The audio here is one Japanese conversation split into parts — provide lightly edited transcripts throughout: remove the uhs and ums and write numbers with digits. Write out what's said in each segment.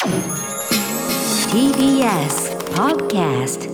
TBS Podcast。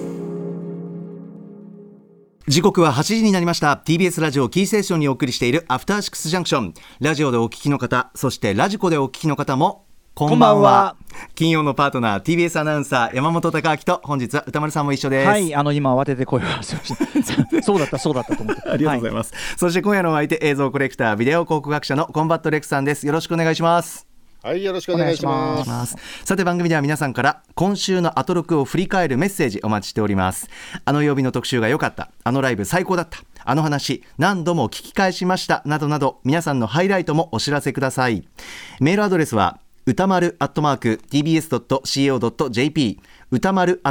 時刻は8時になりました。 TBS ラジオキーステーションにお送りしているアフターシックスジャンクション。ラジオでお聞きの方、そしてラジコでお聞きの方もこんばんは。金曜のパートナー TBS アナウンサー山本貴明と、本日は歌丸さんも一緒です。 はい、今慌てて声を発しましたそうだったと思ってありがとうございます、そして今夜のお相手、映像コレクター、ビデオ広告学者のコンバットレックさんです。よろしくお願いします。 はい、よろしくお願いします。 さて、番組では皆さんから今週のアトロクを振り返るメッセージお待ちしております。あの曜日の特集が良かった、あのライブ最高だった、あの話何度も聞き返しましたなどなど、皆さんのハイライトもお知らせください。メールアドレスは歌丸@tbs.co.jp、 歌丸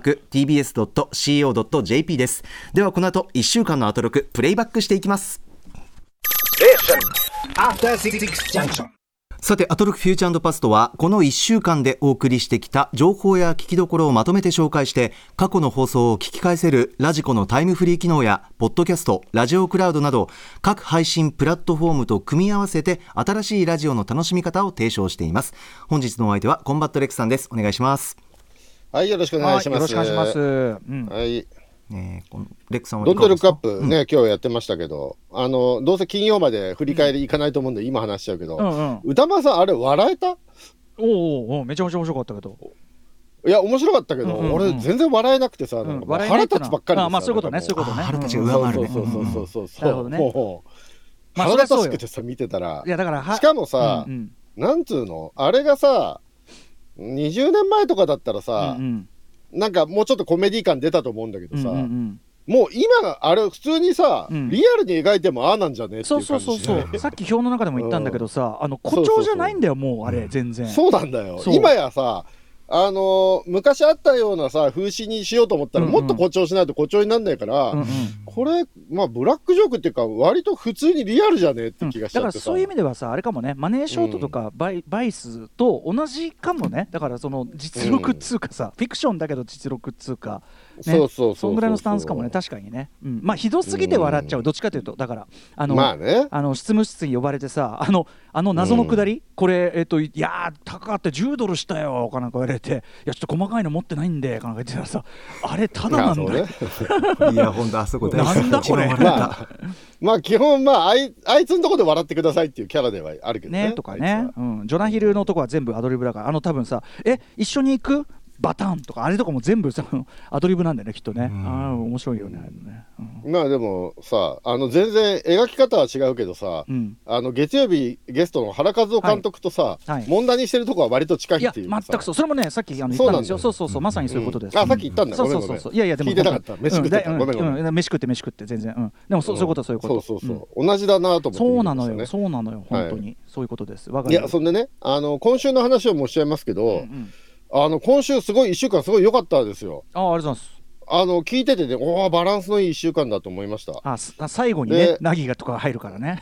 @tbs.co.jp です。ではこの後1週間のアトロクプレイバックしていきます。さて、アトロクフューチャー&パストはこの1週間でお送りしてきた情報や聞きどころをまとめて紹介して、過去の放送を聞き返せるラジコのタイムフリー機能やポッドキャスト、ラジオクラウドなど各配信プラットフォームと組み合わせて新しいラジオの楽しみ方を提唱しています。本日のお相手はコンバットレックさんです。お願いします。 はい、よろしくお願いします。 よろしくお願いします、 はい、 このレックさんはドントルカップね、今日やってましたけど、どうせ金曜まで振り返りいかないと思うんで、今話しちゃうけど、歌丸さんあれ笑えた？ おめちゃめちゃ面白かったけど。 いや面白かったけど、俺全然笑えなくてさ、なんか腹立つばっかりでさ、 まあそういうことね、 腹立ちが上回るね。 そうなるほどね。 もう腹立たしくてさ、見てたら。 いやだからしかもさ、なんつうの、あれがさ20年前とかだったらさ、なんかもうちょっとコメディ感出たと思うんだけどさ、もう今あれ普通にさ、リアルに描いてもああなんじゃねっていう感じ。 そうさっき表の中でも言ったんだけどさ、誇張じゃないんだよ、もうあれ全然。 そうなんだよ。今やさ、昔あったようなさ風刺にしようと思ったら、もっと誇張しないと誇張になんないから、これまあブラックジョークっていうか割と普通にリアルじゃねって気がしちゃってさ、 だからそういう意味ではさ、あれかもね、マネーショートとかバイスと同じかもね。だからその実録っつうかさ、フィクションだけど実録っつうか、そんぐらいのスタンスかもね。確かにね、まあひどすぎて笑っちゃう、どっちかというと。だからまあね、 執務室に呼ばれてさ、謎のくだり、これいや高かって$10したよかなんか言われて、いやちょっと細かいの持ってないんでかなんか言ってたらさ、あれただなんだよ。 いやほんとあそこでなんだこれ。 まあ基本あいつのとこで笑ってくださいっていうキャラではあるけどね。 とかね、ジョナヒルのとこは全部アドリブだから、多分さ、一緒に行くバタンとかあれとかも全部さアドリブなんだよねきっとね。面白いよね。 まあでもさ、全然描き方は違うけどさ、月曜日ゲストの原和夫監督とさ、問題にしてるとこは割と近いっていうかさ。 いや全くそう。それもねさっき言ったんですよ。そうまさにそういうことです。 さっき言ったんだ。ごめん。いやでも聞いてなかった。飯食ってた。ごめん。 飯食って全然。でもそういうこと。 そう同じだなと思って。 そうなのよ本当にそういうことです。 いやそんでね、今週の話をもうしちゃいますけど、今週すごい1週間すごい良かったですよ。 ありがとうございます。 聞いててね、バランスのいい1週間だと思いました。 最後にねナギがとか入るからね。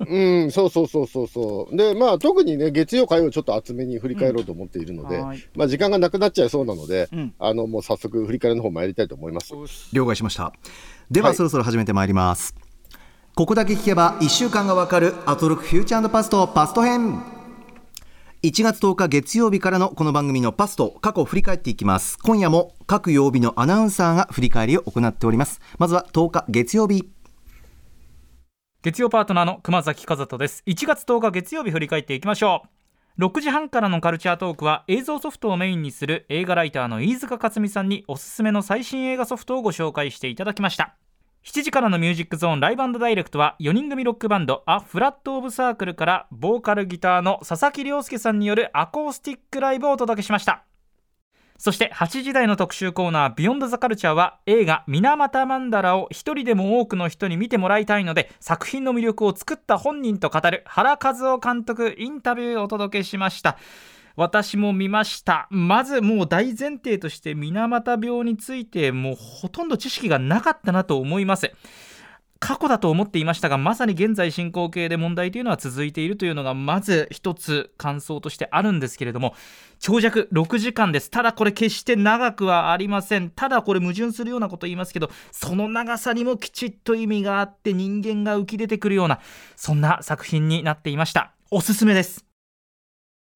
そうで、まあ特にね月曜火曜ちょっと厚めに振り返ろうと思っているので、まあ時間がなくなっちゃいそうなので、もう早速振り返りの方参りたいと思います。 了解しました。ではそろそろ始めてまいります。ここだけ聞けば1週間がわかるアトロクフューチャー&パストパスト編。1月10日月曜日からのこの番組のパスト過去を振り返っていきます。今夜も各曜日のアナウンサーが振り返りを行っております。まずは10日月曜日、 月曜パートナーの熊崎和人です。1月10日月曜日振り返っていきましょう。6時半からのカルチャートークは映像ソフトをメインにする映画ライターの飯塚克美さんにおすすめの最新映画ソフトをご紹介していただきました。7時からのミュージックゾーンライブ&ダイレクトは4人組ロックバンドアフラットオブサークルからボーカルギターの佐々木亮介さんによるアコースティックライブをお届けしました。そして8時台の特集コーナービヨンドザカルチャーは映画水俣曼荼羅を一人でも多くの人に見てもらいたいので、作品の魅力を作った本人と語る原和夫監督インタビューをお届けしました。私も見ました。まずもう大前提として水俣病についてもうほとんど知識がなかったなと思います。過去だと思っていましたが、まさに現在進行形で問題というのは続いているというのがまず一つ感想としてあるんですけれども、長尺6時間です。ただこれ決して長くはありません。ただこれ矛盾するようなこと言いますけど、その長さにもきちっと意味があって人間が浮き出てくるような、そんな作品になっていました。おすすめです。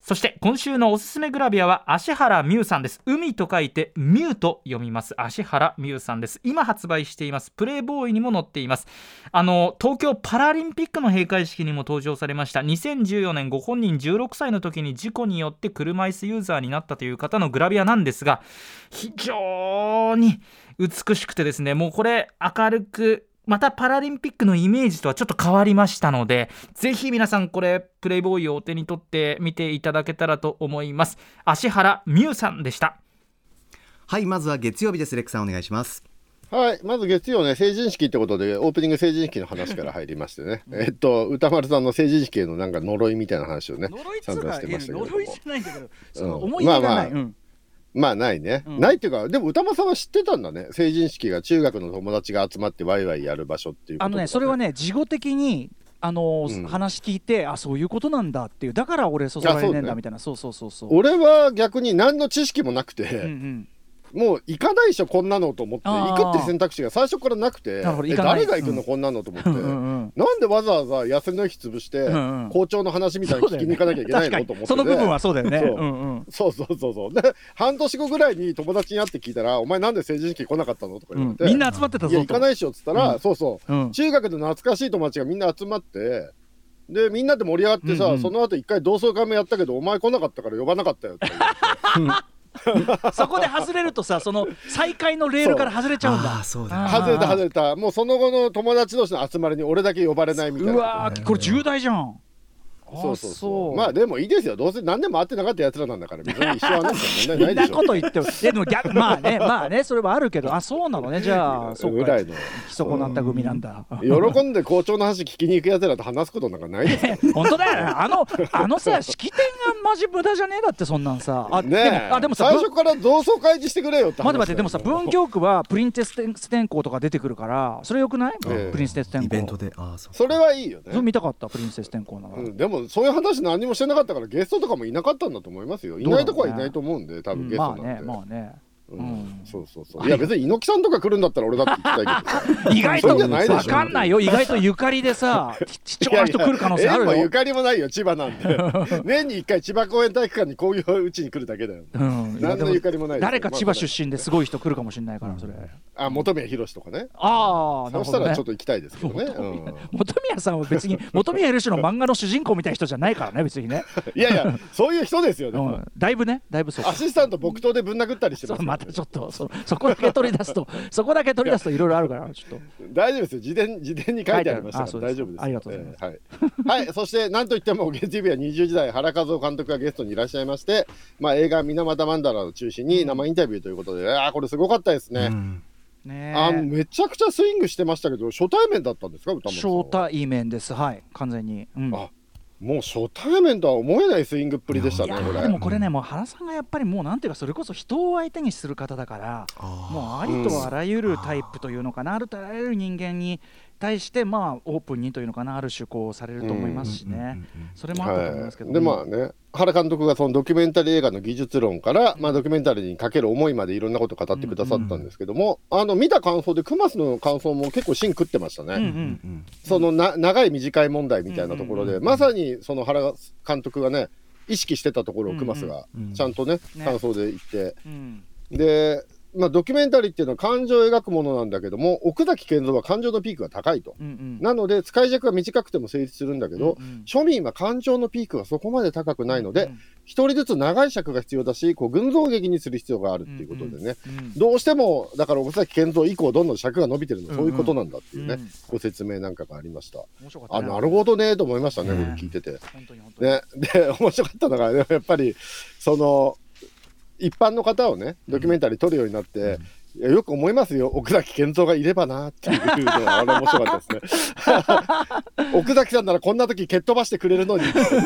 そして今週のおすすめグラビアは芦原美羽さんです。海と書いてミュウと読みます。芦原美羽さんです。今発売していますプレイボーイにも載っています。東京パラリンピックの閉会式にも登場されました。2014年ご本人16歳の時に事故によって車椅子ユーザーになったという方のグラビアなんですが、非常に美しくてですね、もうこれ明るくまたパラリンピックのイメージとはちょっと変わりましたので、ぜひ皆さんこれプレイボーイをお手に取って見ていただけたらと思います。芦原美羽さんでした。 はい、まずは月曜日です。レックさんお願いします。 はい、まず月曜ね、成人式ってことでオープニング成人式の話から入りましてね歌丸さんの成人式へのなんか呪いみたいな話をね参加してましたけども、 呪いじゃないんだけど、その思い出がない、 まあないね、ないっていうか、でも歌丸さんは知ってたんだね、成人式が中学の友達が集まってワイワイやる場所っていうこととか、ね、 それはね事後的に話聞いて、あ、そういうことなんだっていう、だから俺そそられねえんだみたいな、そう俺は逆に何の知識もなくて、もう行かないでしょこんなのと思って、行くっていう選択肢が最初からなくて、誰が行くのこんなのと思ってなんでわざわざ休みの日潰して校長の話みたいに聞きに行かなきゃいけないのと思って、 その部分はそうだよね。 そうで半年後ぐらいに友達に会って聞いたら、お前なんで成人式来なかったのとか言われて、 みんな集まってたぞと、 いや行かないでしょっつったら、中学で懐かしい友達がみんな集まって、でみんなで盛り上がってさ、その後一回同窓会もやったけどお前来なかったから呼ばなかったよって言ってそこで外れるとさ、その再会のレールから外れちゃうんだ。 外れたもうその後の友達同士の集まりに俺だけ呼ばれないみたいな。 うわー、これ重大じゃん。 そうまあでもいいですよ、どうせ何でも会ってなかったやつらなんだから別に一緒はなんか問題ないでしょ。 そんなこと言ってもでも逆まあねそれはあるけど、あ、そうなのね、じゃあそうぐらいの基礎なった組なんだ。 喜んで校長の話聞きに行くやつらと話すことなんかないですよ。 本当だよね、あのさ式典がマジ無駄じゃねえだって、そんなんさ。 でもさ最初から同窓会にしてくれよって話。 待ってでもさ、文京区はプリンテス天候とか出てくるから、それよくない？プリンセス天候イベントで。 それはいいよね。 それ見たかった、プリンセス天候なら。 でもそういう話何もしてなかったからゲストとかもいなかったんだと思いますよ。いないとこはいないと思うんで、多分ゲストなんで。 まあね。 そういや別に猪木さんとか来るんだったら俺だって行きたいけど、 意外と分かんないよ、意外とゆかりでさ貴重な人来る可能性あるよ。 ゆかりもないよ、千葉なんで年に1回千葉公園体育館にこういううちに来るだけだよ。何のゆかりもない。 誰か千葉出身ですごい人来るかもしれないから、それ。 本宮宏とかね。 そしたらちょっと行きたいですけどね。 本宮さんは別に本宮宏の漫画の主人公みたいな人じゃないからね、別にね。 いやそういう人ですよね。 だいぶそう。 アシスタント木刀でぶん殴ったりしてます。 またちょっとそこだけ取り出すといろいろあるから、ちょっと大丈夫ですよ、事前に書いてありましたから大丈夫です。 ありがとうございます。 はい、そしてなんといっても月曜日は20時代原和夫監督がゲストにいらっしゃいまして、映画水俣マンダラを中心に生インタビューということで、これすごかったですね。めちゃくちゃスイングしてましたけど、初対面だったんですか、歌丸さんは。 初対面です、はい、完全に。 もう初対面とは思えないスイングっぷりでしたね。 でもこれね、もう原さんがやっぱりもうなんていうか、それこそ人を相手にする方だから、もうありとあらゆるタイプというのかな、ありとあらゆる人間に対してオープンにというのかな、ある種こうされると思いますしね。それもあったと思いますけど。 で原監督がそのドキュメンタリー映画の技術論から、ドキュメンタリーにかける思いまでいろんなことを語ってくださったんですけども、見た感想でクマスの感想も結構芯食ってましたね。その長い短い問題みたいなところで、まさにその原監督がね意識してたところをクマスがちゃんとね感想で言って、でドキュメンタリーっていうのは感情を描くものなんだけども、奥崎健三は感情のピークが高いと、なので使い尺が短くても成立するんだけど、庶民は感情のピークがそこまで高くないので、一人ずつ長い尺が必要だし、こう群像劇にする必要があるっていうことでね、どうしてもだから奥崎健三以降どんどん尺が伸びてるの、そういうことなんだっていうね、ご説明なんかがありました。なるほどねと思いましたね、僕聞いてて。で面白かったのが、やっぱりその一般の方をねドキュメンタリー撮るようになって、よく思いますよ、奥崎健三がいればなっていうのは面白かったですね奥崎さんならこんな時蹴っ飛ばしてくれるのに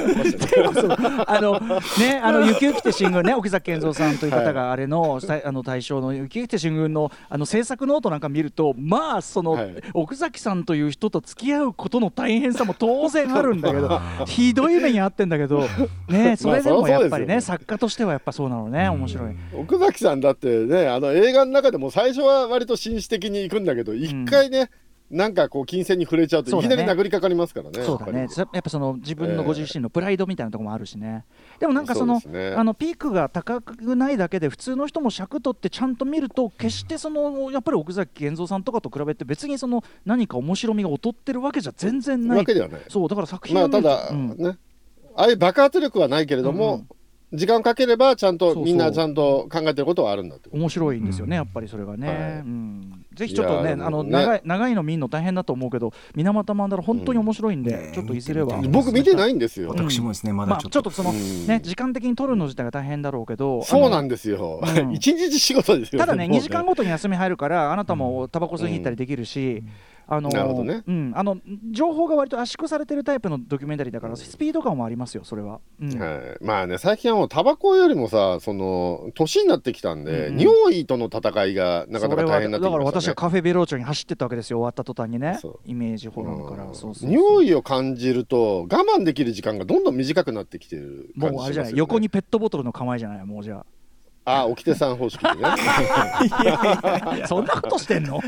雪雪て新軍ね、奥崎健三さんという方があれの大賞の雪雪て新軍の制作ノートなんか見ると、その奥崎さんという人と付き合うことの大変さも当然あるんだけどひどい目に遭ってんだけどね、それでもやっぱりね、作家としてはやっぱそうなのね、面白い。 奥崎さんだってね、映画の中でも最初は割と紳士的に行くんだけど、一回ねなんかこう金銭に触れちゃうといきなり殴りかかりますからね。 そうだね。やっぱその自分のご自身のプライドみたいなところもあるしね。でもなんかその、ピークが高くないだけで普通の人も尺取ってちゃんと見ると決してそのやっぱり奥崎健三さんとかと比べて別にその何か面白みが劣ってるわけじゃ全然ないわけではない。 そうだから作品を見ると、 ただ、ね、ああいう爆発力はないけれども、時間をかければちゃんとみんなちゃんと考えてることはあるんだって。 面白いんですよね、やっぱりそれがね。ぜひちょっとね、長いの見るの大変だと思うけど、水俣マンダラ本当に面白いんで、ちょっといずれは。 僕見てないんですよ。 私もですね、まだちょっとそのね、時間的に撮るの自体が大変だろうけど。 そうなんですよ。一日仕事ですよ。 ただね、2時間ごとに休み入るから、あなたもタバコ吸いに行ったりできるし。なるほどね。情報が割と圧縮されてるタイプのドキュメンタリーだからスピード感もありますよ、それは。 まあね、最近はもうタバコよりもさ、その年になってきたんで、尿意との戦いがなかなか大変になってきましたね。 だから私はカフェベローチョに走ってったわけですよ、終わった途端にね。イメージホラーから。 尿意を感じると我慢できる時間がどんどん短くなってきてる感じしますよね。 もうあれじゃない、横にペットボトルの構えじゃない、もうじゃあ。沖手さん方式でね。 そんなことしてんの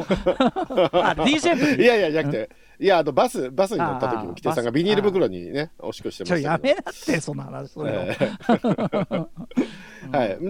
？DJ いやじゃなくて、いやバスに乗った時沖手さんがビニール袋にねおしっこしてましたけど。 やめなってそんな話。 はい。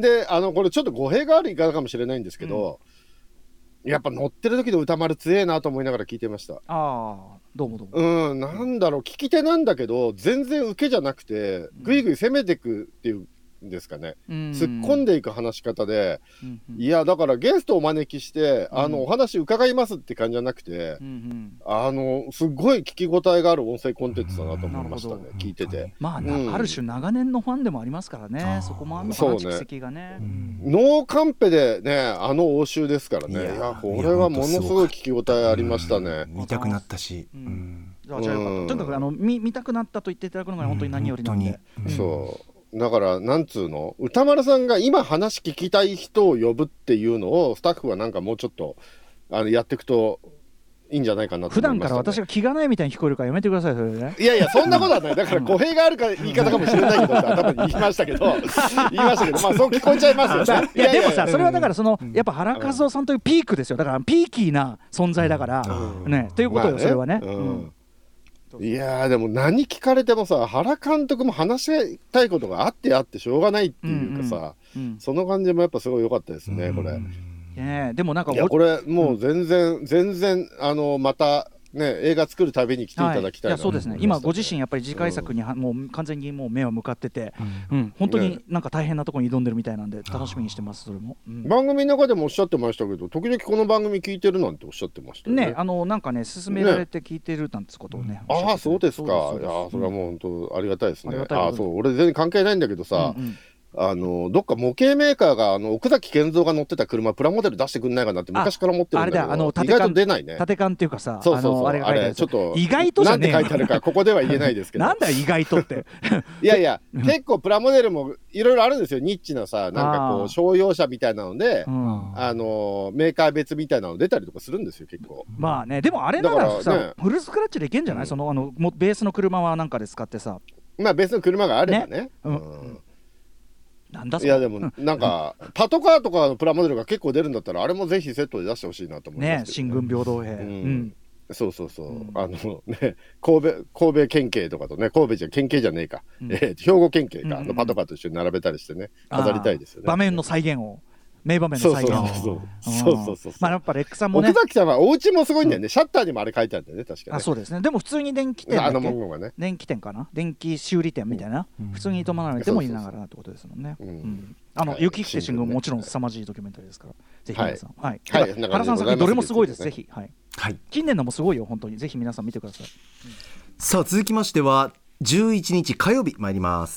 でこれちょっと語弊がある言い方かもしれないんですけど、やっぱ乗ってる時の歌丸強えなと思いながら聞いてました。 どうも。 なんだろう、聞き手なんだけど全然受けじゃなくてぐいぐい攻めてくっていう。ですかね、突っ込んでいく話し方で、いやだからゲストをお招きしてお話伺いますって感じじゃなくて、すごい聞き応えがある音声コンテンツだなと思いましたね、聞いてて。 ある種長年のファンでもありますからね、そこもあるのかな、蓄積がね。 ノーカンペでね応酬ですからね。いやこれはものすごい聞き応えありましたね。 見たくなったし、 じゃあよかった。とにかく見たくなったと言っていただくのが本当に何よりなんで。 そうだからなんつうの、歌丸さんが今話聞きたい人を呼ぶっていうのをスタッフはなんかもうちょっとやっていくといいんじゃないかなと思いましたね。 普段から私が気がないみたいに聞こえるからやめてください、それね。 いやそんなことはない。だから語弊があるか言い方かもしれないけど頭に言いましたけどまあそう聞こえちゃいますよね。 いやでもさ、それはだからやっぱ原和夫さんというピークですよ。だからピーキーな存在だからね、ということよ、それはね。 いやでも何聞かれてもさ、原監督も話したいことがあってしょうがないっていうかさ、その感じもやっぱすごい良かったですね、これ。 でもなんかこれもう全然またね映画作るたびに来ていただきたいな。 そうですね。今ご自身やっぱり次回作にもう完全にもう目を向かってて、本当になんか大変なところに挑んでるみたいなんで楽しみにしてます。それも番組の中でもおっしゃってましたけど、時々この番組聞いてるなんておっしゃってましたね。 なんかね勧められて聞いてるなんてことをね。 そうですか。いやそれはもう本当ありがたいですね。そう俺全然関係ないんだけどさ。どっか模型メーカーが奥崎健三が乗ってた車プラモデル出してくんないかなって昔から思ってるんだけど、意外と出ないね。 縦缶っていうかさ、 あれちょっと意外とじゃねえよ。 なんて書いてあるかここでは言えないですけど。 なんだよ意外とっていや結構プラモデルもいろいろあるんですよ。ニッチなさ、なんかこう商用車みたいなのでメーカー別みたいなの出たりとかするんですよ、結構。 まあね、でもあれならさフルスクラッチでいけんじゃない？そのベースの車はなんかで使ってさ、 まあベースの車があればね。いやでもなんかパトカーとかのプラモデルが結構出るんだったらあれもぜひセットで出してほしいなと思いますけどね。 新軍平等兵。 そうね、神戸県警とかとね、神戸じゃ県警じゃねえか、兵庫県警かのパトカーと一緒に並べたりしてね、飾りたいですよね。 場面の再現を。名場面の再現を。まあやっぱレックさんもね。 奥崎さんはお家もすごいんだよね。シャッターにもあれ書いてあるんだよね、確かに。 そうですね。でも普通に電気店だっけ。 文言がね。 電気店かな。電気修理店みたいな。普通に営まれてもいながらってことですもんね。雪来て新軍もちろん凄まじいドキュメンタリーですから、ぜひ皆さん。原さん作品どれもすごいです。ぜひ。近年のもすごいよ本当に。ぜひ皆さん見てください。 さあ続きましては11日火曜日参ります。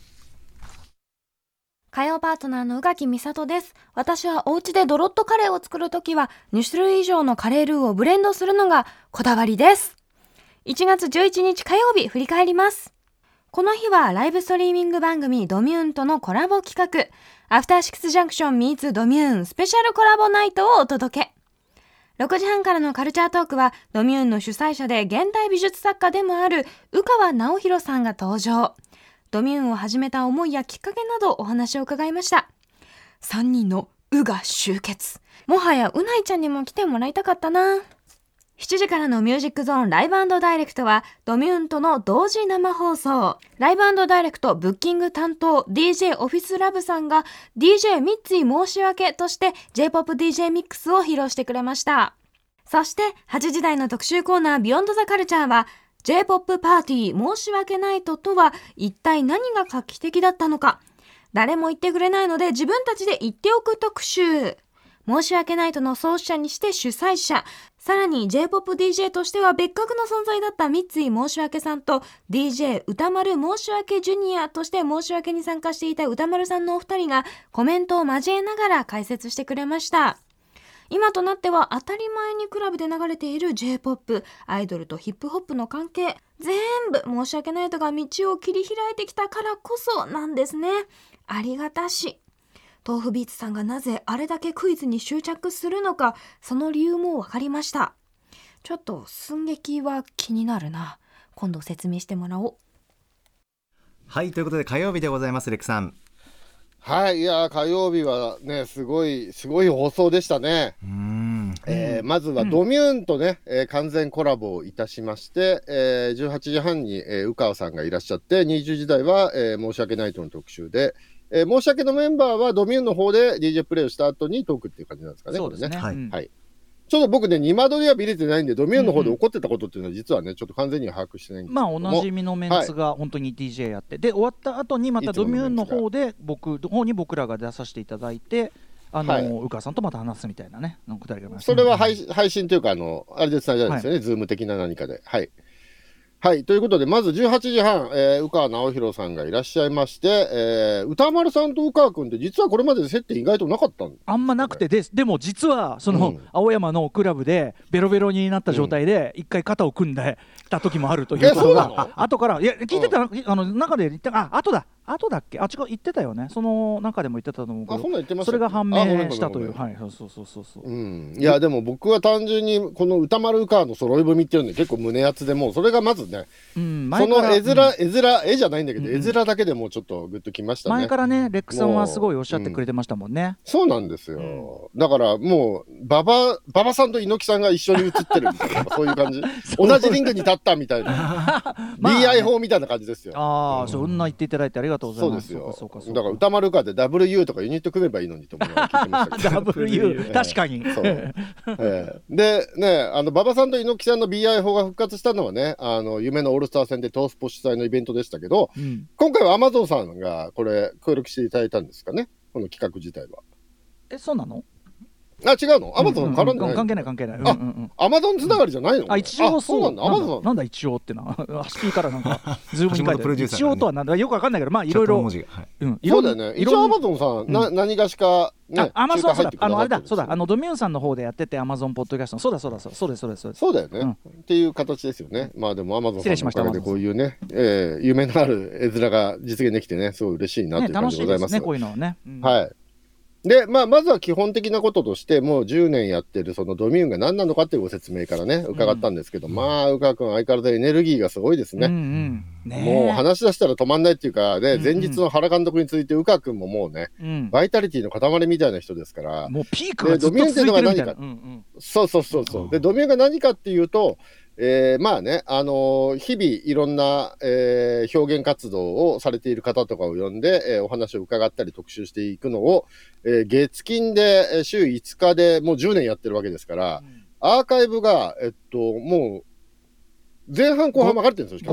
火曜パートナーの宇垣美里です。私はお家でドロッとカレーを作るときは2種類以上のカレールーをブレンドするのがこだわりです。1月11日火曜日振り返ります。この日はライブストリーミング番組ドミューンとのコラボ企画、アフターシックスジャンクション meets ドミューンスペシャルコラボナイトをお届け。6時半からのカルチャートークはドミューンの主催者で現代美術作家でもある宇川直弘さんが登場。ドミューンを始めた思いやきっかけなどお話を伺いました。3人の宇が集結。もはやうないちゃんにも来てもらいたかったな。 7時からのミュージックゾーンライブ&ダイレクトはドミューンとの同時生放送。ライブ&ダイレクトブッキング担当 DJ オフィスラブさんが DJ ミッツィ申し訳として J-POP DJ ミックスを披露してくれました。そして8時台の特集コーナービヨンドザカルチャーは J-POP パーティー申し訳ないとは一体何が画期的だったのか、誰も言ってくれないので自分たちで言っておく特集。申し訳ないとの創始者にして主催者、さらに J-POP DJ としては別格の存在だった三井申し訳さんと DJ 歌丸申し訳ジュニアとして申し訳に参加していた歌丸さんのお二人がコメントを交えながら解説してくれました。今となっては当たり前にクラブで流れている J-POP、アイドルとヒップホップの関係、全部申し訳ないとが道を切り開いてきたからこそなんですね。ありがたし。豆腐ビーツさんがなぜあれだけクイズに執着するのか、その理由も分かりました。ちょっと寸劇は気になるな。今度説明してもらおう。 はい、ということで火曜日でございます。レクさん。 はい、いや火曜日はねすごい放送でしたね。まずはドミューンとね、完全コラボをいたしまして、18時半に、宇川さんがいらっしゃって、20時台は、申し訳ないとの特集で、申し訳のメンバーはドミューンの方で DJ プレイをした後にトークっていう感じなんですかね。 そうですね。 はい。ちょっと僕ね、2間取りは見れてないんで、ドミューンの方で起こってたことっていうのは実はね、ちょっと完全には把握してないんですけども。 おなじみのメンツが本当に DJ やって、で終わった後にまたドミューンの方で僕らが出させていただいて、宇川さんとまた話すみたいなね、くだりがありました。 それは配信というか、あれで伝えたんですよね、ズーム的な何かで。はい、ということで、まず18時半、宇川直弘さんがいらっしゃいまして、歌丸さんと宇川君って実はこれまで接点意外となかったんです、ね、 あんまなくて、でも実はその、青山のクラブでベロベロになった状態で一回肩を組んできた時もあるということが、後から聞いてた、中で言って後だっけ、違う、言ってたよね、その中でも言ってたと思うけど、それが判明したという。 いやでも僕は単純にこの歌丸宇川の揃い踏みっていうので結構胸熱で、もうそれがまずね、その絵じゃないんだけど、絵面だけでもうちょっとグッときましたね。 前からね、レックさんはすごいおっしゃってくれてましたもんね。 そうなんですよ。だからもう馬場さんと猪木さんが一緒に写ってるみたいな、そういう感じ。同じリングに立ったみたいな、DI 法みたいな感じですよ。 そんな言っていただいてありがとうございます。 そうですよ。だから歌丸かで WU とかユニット組めばいいのにと思いながら聞いてましたけど。 WU 確かに。 でね、馬場さんと猪木さんの BI 法が復活したのはね、夢のオールスター戦でトースポ主催のイベントでしたけど、今回は Amazon さんがこれ協力していただいたんですかね、この企画自体は。 そうなの？ 違うの？アマゾン絡んでない？ 関係ない。 アマゾンつながりじゃないの？ 一応そうなんだ。 アマゾンなんだ一応ってな。スピーからなんかズームに書いてる。一応とはなんだよくわかんないけど、いろいろ。 そうだよね。一応アマゾンさん何がしかね。 アマゾンそうだ。あれだ。そうだ。ドミューンさんの方でやってて、アマゾンポッドキャストの。そうです。 そうだよね。っていう形ですよね。まあでもアマゾンさんのおかげでこういうね、夢のある絵面が実現できてね、すごい嬉しいなという感じでございます。 楽しいですね、こういうのはね。 はい。でまずは基本的なこととして、もう10年やってるそのドミューンが何なのかっていうご説明からね伺ったんですけど、宇川君相変わらずエネルギーがすごいですね。もう話し出したら止まんないっていうかね、前日の原監督について宇川君ももうね、バイタリティの塊みたいな人ですから、 もうピークがずっと続いてるみたいな。 そうでドミューンが何かっていうと、まあね、日々いろんな、表現活動をされている方とかを呼んで、お話を伺ったり特集していくのを、月金で週5日でもう10年やってるわけですから、アーカイブが、もう前半後半分かれてるんですよ、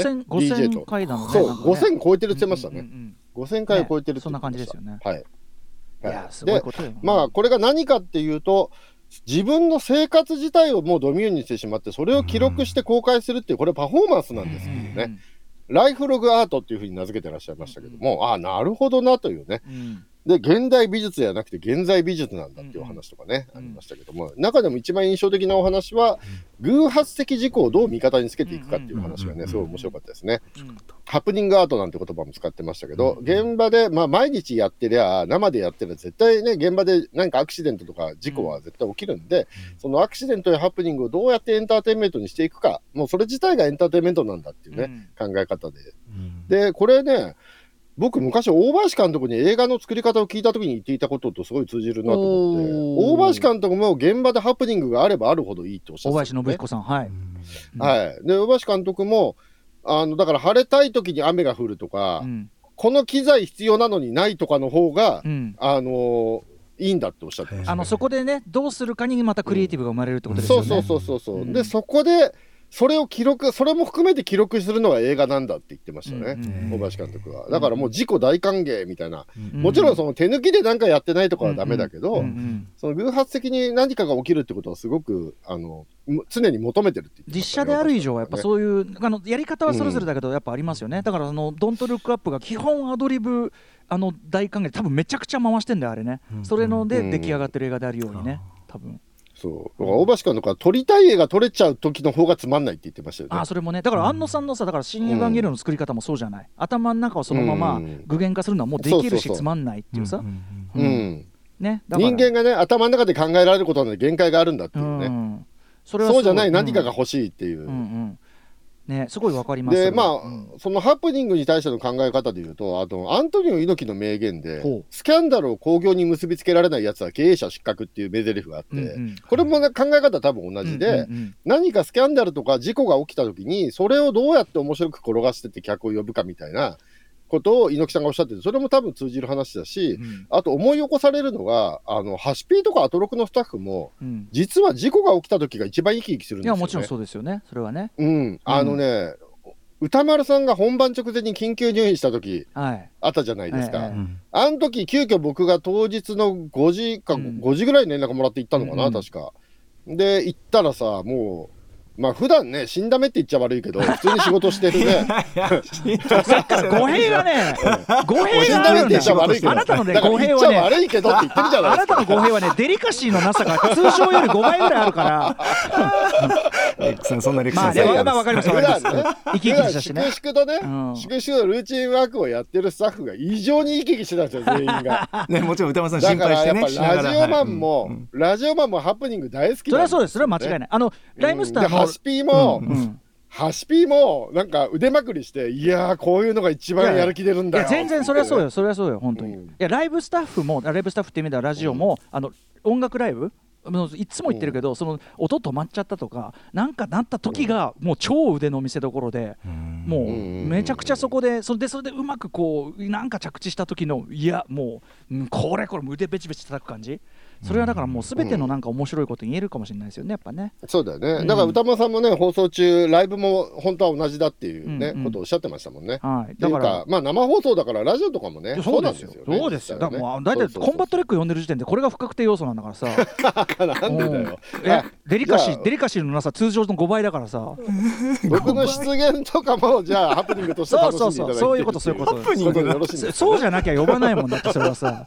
5000回なのね。 そう、5000超えてるって言ってましたね。5000回を超えてるってそんな感じですよね。 はい。 いや、すごいことよ。 まあこれが何かっていうと、自分の生活自体をもうドミューンにしてしまって、それを記録して公開するっていう、これパフォーマンスなんですけどね、ライフログアートっていうふうに名付けてらっしゃいましたけども、なるほどなというね、で現代美術じゃなくて現在美術なんだっていうお話とかね、ありましたけども、中でも一番印象的なお話は、偶発的事故をどう味方につけていくかっていう話がね、すごい面白かったですね。ハプニングアートなんて言葉も使ってましたけど、現場で、毎日やってりゃ、生でやってりゃ絶対ね、現場で何かアクシデントとか事故は絶対起きるんで、そのアクシデントやハプニングをどうやってエンターテインメントにしていくか、もうそれ自体がエンターテインメントなんだっていうね、考え方で。でこれね、 僕昔大林監督に映画の作り方を聞いた時に言っていたこととすごい通じるなと思って、大林監督も現場でハプニングがあればあるほどいいっておっしゃってた、ね、 大林信彦さん、はい、 はい、で大林監督もだから晴れたい時に雨が降るとか、この機材必要なのにないとかの方が、いいんだっておっしゃってました、 そこでねどうするかにまたクリエイティブが生まれるってことですよね。 そう、でそこでそれを記録、それも含めて記録するのが映画なんだって言ってましたね、大林監督は。だからもう自己大歓迎みたいな、もちろんその手抜きで何かやってないとかはダメだけど、その偶発的に何かが起きるってことはすごく常に求めてるって言ってましたね。 実写である以上はやっぱそういうやり方はそれぞれだけどやっぱありますよね。だからドントルックアップが基本アドリブ大歓迎多分めちゃくちゃ回してんだよあれね、それので出来上がってる映画であるようにね、多分。 そう大林監督は撮りたい映画撮れちゃう時の方がつまんないって言ってましたよね。 それもね、だから安野さんのさ、だから新エヴァンゲリオンの作り方もそうじゃない、頭の中をそのまま具現化するのはもうできるしつまんないっていうさ、ね、 人間がね頭の中で考えられることの限界があるんだっていうね、そうじゃない何かが欲しいっていう、 ね、すごいわかります。 でそのハプニングに対しての考え方でいうと、アントニオ猪木の名言でスキャンダルを興行に結びつけられないやつは経営者失格っていう名台詞があって、これも、ね、考え方は多分同じで、何かスキャンダルとか事故が起きた時にそれをどうやって面白く転がしてって客を呼ぶかみたいなことを猪木さんがおっしゃってて、それも多分通じる話だし、あと思い起こされるのがハシピーとかアトロクのスタッフも、実は事故が起きた時が一番生き生きするんですよね。 いやもちろんそうですよね、それはね。 歌丸さんが本番直前に緊急入院した時、あったじゃないですか、あの時急遽僕が当日の5時ぐらいに連絡もらって行ったのかな、確かで行ったらさ、もう普段ね死んだ目って言っちゃ悪いけど普通に仕事してるね語弊がね語弊があるんだよ。あなたのね語弊はね悪いけどって言ってるじゃないですか。 あなたの語弊はねデリカシーのなさが通常より5倍ぐらいあるからそんなレクさんわかりますわかります。生き生きしたしね、 粛々とね粛々とルーチンワークをやってるスタッフが異常に生き生きしてたんですよ全員がね、もちろん歌丸さん心配してね。 だからやっぱラジオマンもハプニング大好きなんですよね。 それはそうです、それは間違いない。ライムスターのハシピーもなんか腕まくりして、いやーこういうのが一番やる気出るんだよ。 いや全然それはそうよ、それはそうよ本当に。いやライブスタッフって意味ではラジオも音楽ライブいつも言ってるけど、その音止まっちゃったとかなんかなった時がもう超腕の見せ所で、もうめちゃくちゃそこでそれでうまくこうなんか着地した時の、いやもうこれ腕ベチベチ叩く感じ、それはだからもう全てのなんか面白いことに言えるかもしれないですよね、やっぱね。 そうだよね、だから歌間さんもね放送中ライブも本当は同じだっていうね、ことをおっしゃってましたもんね。だから生放送だからラジオとかもね、 そうですよ、そうですよ。だからもう大体コンバットレック読んでる時点でこれが不確定要素なんだからさなんでだよ。 デリカシーのなさ通常の5倍だからさ僕の出現とかもじゃあハプニングとして楽しんでいただいて、 そういうことそういうこと、そうじゃなきゃ呼ばないもんだってそれはさ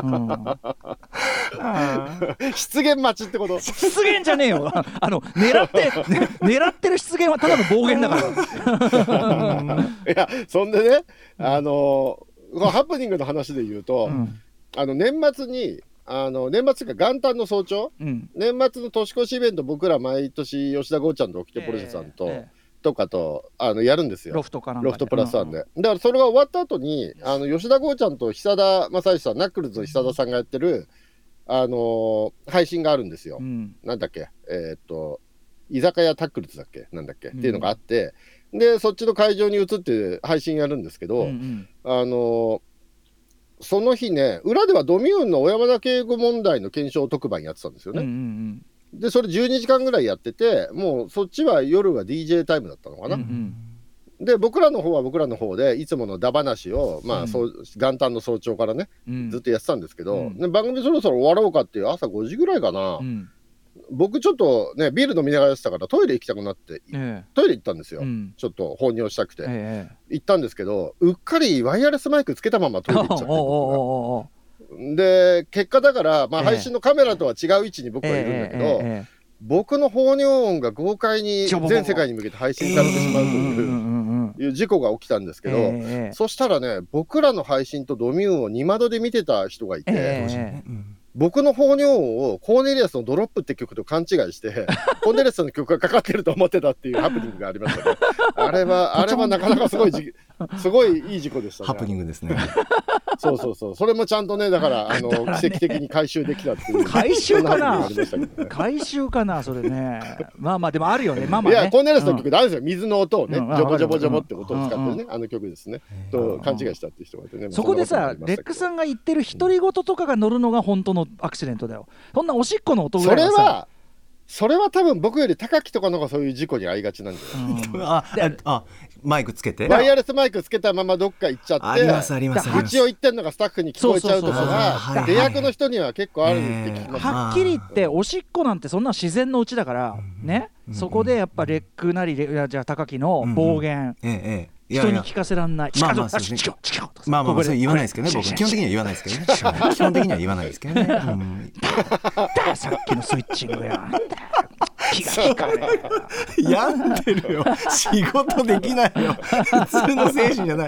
出現待ちってこと。 出現じゃねえよ狙ってる出現はただの暴言だからいやそんでねハプニングの話で言うと、年末に年末か元旦の早朝、年末の年越しイベント僕ら毎年吉田剛ちゃんとオキテポルシェさんとかとやるんですよ、 ロフトプラスワンで。だからそれが終わった後に吉田剛ちゃんと久田正義さん、ナックルズの久田さんがやってる配信があるんですよ、なんだっけ居酒屋タックルズだっけなんだっけ、っていうのがあって、でそっちの会場に移って配信やるんですけど、その日ね裏ではドミューンの小山田圭吾問題の検証特番やってたんですよね、でそれ12時間ぐらいやってて、もうそっちは夜は DJ タイムだったのかな、で僕らの方は僕らの方でいつものダ話を元旦の早朝からね、ずっとやってたんですけど、で番組そろそろ終わろうかっていう朝5時ぐらいかな、僕ちょっとねビール飲みながらやってたからトイレ行きたくなって、トイレ行ったんですよ、ちょっと放尿したくて、行ったんですけど、うっかりワイヤレスマイクつけたままトイレ行っちゃってで結果だから、配信のカメラとは違う位置に僕はいるんだけど、僕の放尿音が豪快に全世界に向けて配信されてしまうという事故が起きたんですけど、そしたらね僕らの配信とドミューンを2窓で見てた人がいて、僕の放尿音をコーネリアスのドロップって曲と勘違いしてコーネリアスの曲がかかってると思ってたっていうハプニングがありましたね。あれはなかなかすごいすごいいい事故でしたね。 ハプニングですね。 そうそうそう、それもちゃんとね、だから奇跡的に回収できたっていう。 回収かな、 ね、 回収かな、それね。まあまあでもあるよね。まあまあね、いやコンネルスの曲であるんですよ、水の音をね、ジョボジョボジョボって音を使ってね、曲ですね。と勘違いしたっていう人がいてね。 そこでさ、レックさんが言ってる独り言とかが乗るのが本当のアクシデントだよ。そんなおしっこの音ぐらいはさ。 それは多分僕より高木とかの方がそういう事故に遭いがちなんじゃない、 マイクつけてワイヤレスマイクつけたままどっか行っちゃって、 ありますあります、 口を言ってんのがスタッフに聞こえちゃうとかが出役の人には結構あるって聞きます。 はっきり言っておしっこなんてそんな自然のうちだからね、そこでやっぱレックなりじゃあ高木の暴言、人に聞かせらんない。 まあまあそうそう言わないですけどね、僕基本的には言わないですけどね。基本的には言わないですけどね。 さっきのスイッチングや。気が利かねえ。病んでるよ。仕事できないよ。普通の精神じゃない。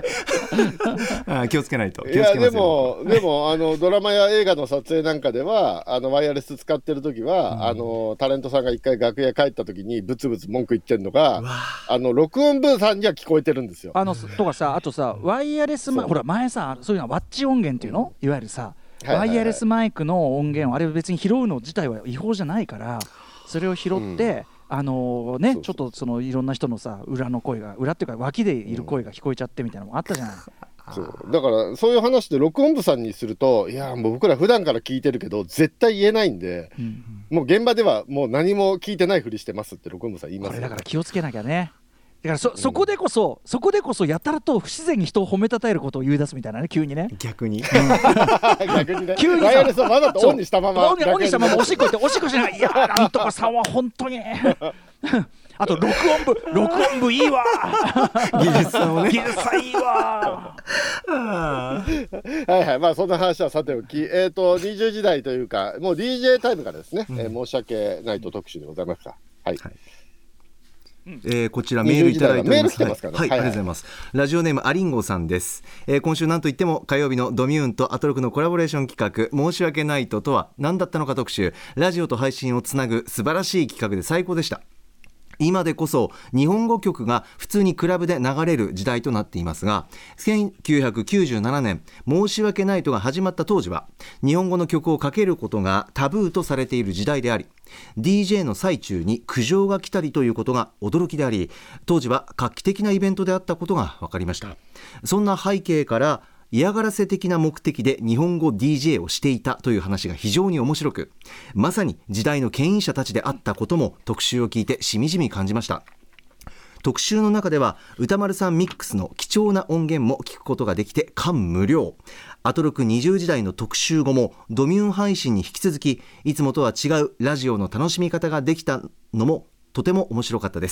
気をつけないと。 いやでもドラマや映画の撮影なんかではワイヤレス使ってる時は、タレントさんが一回楽屋帰った時にブツブツ文句言ってるのが録音ブーさんには聞こえてるんですよ。 とかさ、あとさワイヤレスほら前さそういうのワッチ音源っていうの、いわゆるさワイヤレスマイクの音源をあれ別に拾うの自体は違法じゃないから、それを拾って、ちょっとそのいろんな人のさ裏の声が、裏っていうか脇でいる声が聞こえちゃってみたいなのもあったじゃない。 そうだからそういう話で録音部さんにすると、いやもう僕ら普段から聞いてるけど絶対言えないんで、もう現場ではもう何も聞いてないふりしてますって録音部さん言いますよ。 これだから気をつけなきゃね。だからそこでこそやたらと不自然に人を褒めたたえることを言い出すみたいなね、急にね。 逆に逆にね、急にワイヤレスをわざとオンにしたままオンにしたままおしっこっておしっこしない。いやなんとかさんは本当にあと録音部いいわ技術さんもね、 技術さんいいわはいはい、まあそんな話はさておき、20時代というかもう DJ タイムからですね、申し訳ないと特集でございますか。はい、 こちらメールいただいております。 メール来てますからね。 はい、ありがとうございます。ラジオネームアリンゴさんです。今週なんといっても火曜日のドミューンとアトロクのコラボレーション企画、申し訳ないとは何だったのか特集、ラジオと配信をつなぐ素晴らしい企画で最高でした。今でこそ日本語曲が普通にクラブで流れる時代となっていますが、1997年申し訳ないとが始まった当時は日本語の曲をかけることがタブーとされている時代であり、 DJ の最中に苦情が来たりということが驚きであり、当時は画期的なイベントであったことが分かりました。そんな背景から嫌がらせ的な目的で日本語 DJ をしていたという話が非常に面白く、まさに時代の牽引者たちであったことも特集を聞いてしみじみ感じました。特集の中では歌丸さんミックスの貴重な音源も聞くことができて感無量。アトロク20時代の特集後もドミューン配信に引き続き、いつもとは違うラジオの楽しみ方ができたのもとても面白かったです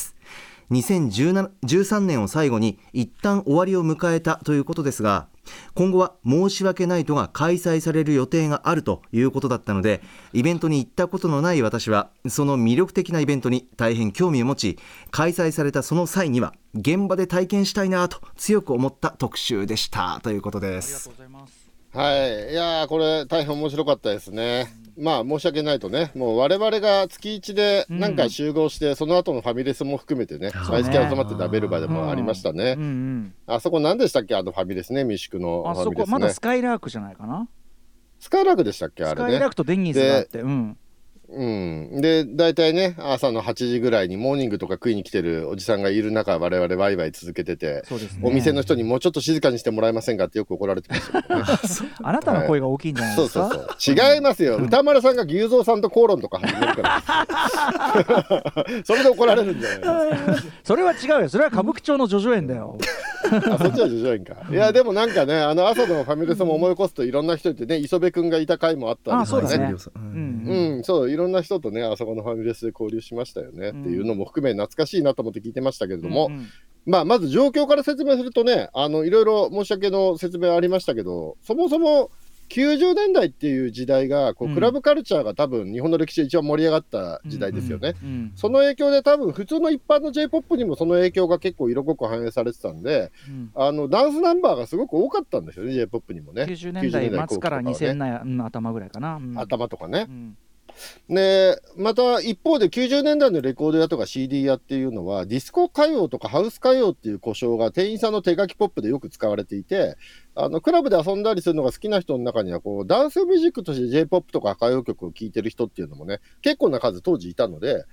。2013年を最後に一旦終わりを迎えたということですが、今後は申し訳ないとが開催される予定があるということだったので、イベントに行ったことのない私はその魅力的なイベントに大変興味を持ち、開催されたその際には現場で体験したいなと強く思った特集でしたということです。 ありがとうございます。 はい、いやこれ大変面白かったですね。まあ申し訳ないとね、もう我々が月1で何回集合して、その後のファミレスも含めてね、毎月集まって食べる場でもありましたね。あそこ何でしたっけ、ファミレスね、三宿のファミレスね。 あそこまだスカイラークじゃないかな。 スカイラークでしたっけ、あれね。 スカイラークとデニーズがあって、 で大体ね朝の8時ぐらいにモーニングとか食いに来てるおじさんがいる中、我々ワイワイ続けてて、お店の人にもうちょっと静かにしてもらえませんかってよく怒られてますよね。 あなたの声が大きいんじゃないですか。 そう違いますよ、歌丸さんが牛蔵さんと口論とか始めるからそれで怒られるんじゃないですか。 それは違うよ、それは歌舞伎町の叙々苑だよ。 そっちは叙々苑か。いやでもなんかね、朝のファミレスも思い起こすといろんな人いてね、磯部くんがいた回もあったんですよね。そういろんな人とね、あそこのファミレスで交流しましたよね、っていうのも含め懐かしいなと思って聞いてましたけれども、まず状況から説明するとね、いろいろ申し訳の説明ありましたけど、そもそも90年代っていう時代がクラブカルチャーが多分日本の歴史で一番盛り上がった時代ですよね。その影響で多分普通の一般の J-POP にもその影響が結構色濃く反映されてたんで、ダンスナンバーがすごく多かったんですよね、 J-POP にもね。 90年代末から2000年頭ぐらいかな、 頭とかね。 でまた一方で90年代のレコード屋とか CD 屋っていうのはディスコ歌謡とかハウス歌謡っていう呼称が店員さんの手書きポップでよく使われていて、クラブで遊んだりするのが好きな人の中にはこうダンスミュージックとして J-POP とか歌謡曲を聴いてる人っていうのもね結構な数当時いたので、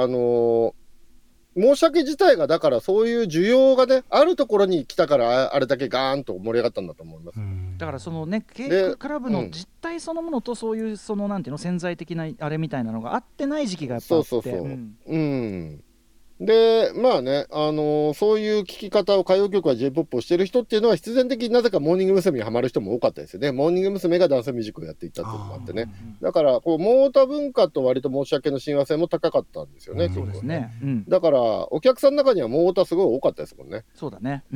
申し訳自体がだからそういう需要がねあるところに来たからあれだけガーンと盛り上がったんだと思います。 だからそのねクラブの実態そのものとそういうそのなんていうの潜在的なあれみたいなのが合ってない時期がやっぱあって、 そう、でまあね、そういう聴き方を歌謡曲は J-POP をしてる人っていうのは必然的になぜかモーニング娘。にハマる人も多かったですよね。モーニング娘。がダンスミュージックをやっていったっていうのもあってね。だからこうモータ文化と割と申し訳の親和性も高かったんですよね。 そうですね、 だからお客さんの中にはモータすごい多かったですもんね。 そうだね。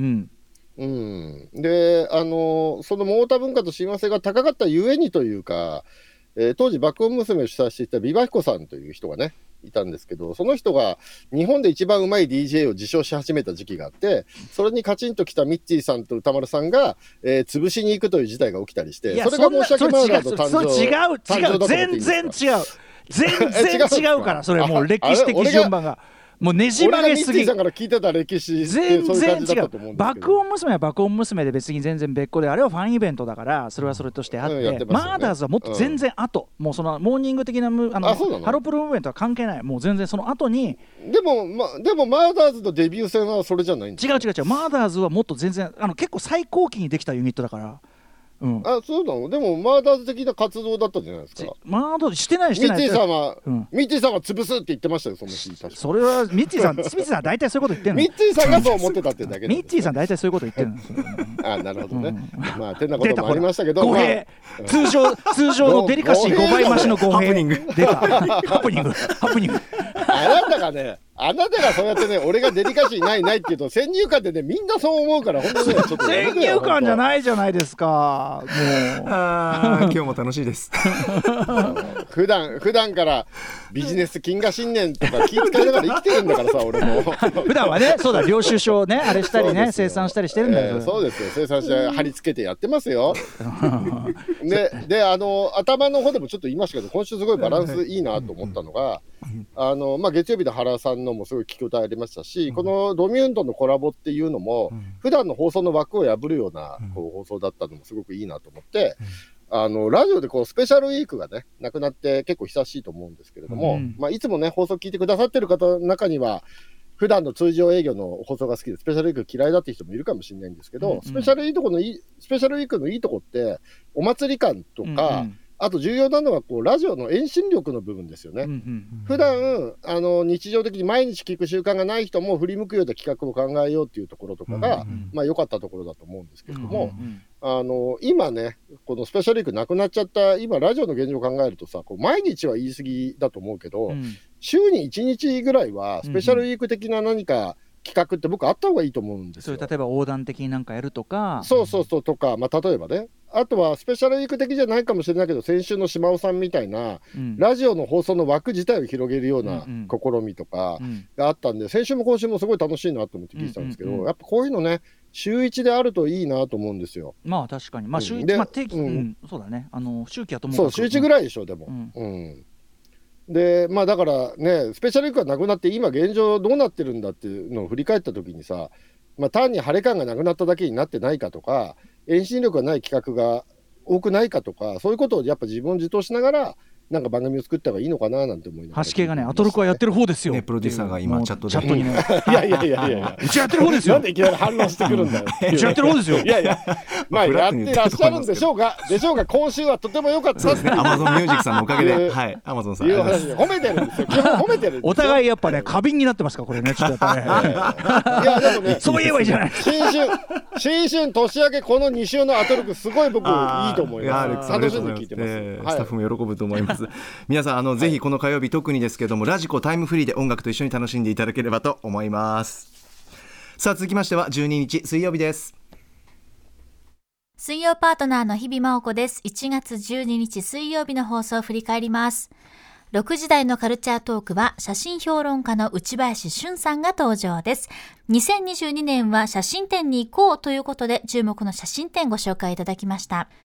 でそのモータ文化と親和性が高かったゆえにというか、当時爆音娘を主催していたビバヒコさんという人がねいたんですけど、その人が日本で一番うまい DJ を自称し始めた時期があって、それにカチンときたミッチーさんと歌丸さんが、潰しに行くという事態が起きたりして、それが申し訳マーラーの誕生全然違うからそれもう歴史的順番がもうねじ曲げすぎ。 俺がミッチーさんから聞いてた歴史ってそういう感じだったと思うんですけど、 爆音娘は爆音娘で別に全然別個で、あれはファンイベントだからそれはそれとしてあって、マーダーズはもっと全然後、もうそのモーニング的なハロプロムーブメントは関係ない。もう全然その後にでもマーダーズのデビュー戦はそれじゃないんですか。 違うマーダーズはもっと全然結構最高期にできたユニットだから。 そうなの。でもマーダーズ的な活動だったじゃないですか。 マーダーズしてないミッチーさんは、ミッチーさんは潰すって言ってましたよ、その日。確かそれはミッチーさんは大体そういうこと言ってるの。 ミッチーさんがそう思ってたってだけミッチーさん大体そういうこと言ってるの。なるほどね。まあてなこともありましたけど、 語弊、通常のデリカシー5倍増しの語弊。ハプニングハプニング。 あなたがそうやってね、俺がデリカシーないって言うと先入観でね、みんなそう思うから本当にちょっと先入観じゃないじゃないですか。もう今日も楽しいです。 普段からビジネス金河新年とか気遣いながら生きてるんだからさ、俺も普段はね、そうだ、領収書ねあれしたりね生産したりしてるんだよ。 そうですよ、生産して貼り付けてやってますよ。で頭の方でもちょっと言いましたけど、今週すごいバランスいいなと思ったのが、月曜日の原さんのもすごい聞き応えありましたし、このドミューンとのコラボっていうのも、普段の放送の枠を破るような放送だったのもすごくいいなと思って、ラジオでスペシャルウィークがねなくなって結構久しいと思うんですけれども、いつもね放送聞いてくださってる方の中には普段の通常営業の放送が好きでスペシャルウィーク嫌いだっていう人もいるかもしれないんですけど、スペシャルウィークのいいとこってお祭り感とか、あと重要なのはラジオの遠心力の部分ですよね。普段日常的に毎日聞く習慣がない人も振り向くような企画を考えようっていうところとかが良かったところだと思うんですけれども、今ねこのスペシャルウィークなくなっちゃった今ラジオの現状を考えるとさ、毎日は言い過ぎだと思うけど、週に1日ぐらいはスペシャルウィーク的な何か企画って僕あった方がいいと思うんですよ。 それ例えば横断的になんかやるとか、 そうとか、例えばね、あとはスペシャルウィーク的じゃないかもしれないけど、先週の島尾さんみたいな、ラジオの放送の枠自体を広げるような試みとかがあったんで、先週も今週もすごい楽しいなと思って聞いてたんですけど、やっぱこういうのね週1であるといいなと思うんですよ。 まあ確かに、週1、定期、そうだね、周期はともかく週1ぐらいでしょ。でもでだからね、スペシャルウィークがなくなって今現状どうなってるんだっていうのを振り返った時にさ、単に晴れ感がなくなっただけになってないかとか、遠心力がない企画が多くないかとか、そういうことをやっぱ自問自答しながらなんか番組を作った方がいいのかななんて思いながら。 橋系がね、アトロクはやってる方ですよ、 プロデューサーが今チャットにねいやうちやってる方ですよ。 なんでいきなり反論してくるんだよ。 うちやってる方ですよ。 やってらっしゃるんでしょうが今週はとても良かったですね。 アマゾンミュージックさんのおかげで、アマゾンさん褒めてるんですよ。基本褒めてる。 お互いやっぱね過敏になってますかこれね、ちょっとやっぱね。 いやでもね、 そう言えばいいじゃない。 新春年明けこの2週のアトロクすごい僕いいと思います。楽しんで聞いてます。 スタッフも喜ぶと思います。皆さんぜひこの火曜日特にですけども、ラジコタイムフリーで音楽と一緒に楽しんでいただければと思います。さあ続きましては12日水曜日です。 水曜パートナーの日々真央子です。1月12日水曜日の放送を振り返ります。6時台のカルチャートークは写真評論家の内林俊さんが登場です。2022年は写真展に行こうということで注目の写真展ご紹介いただきました。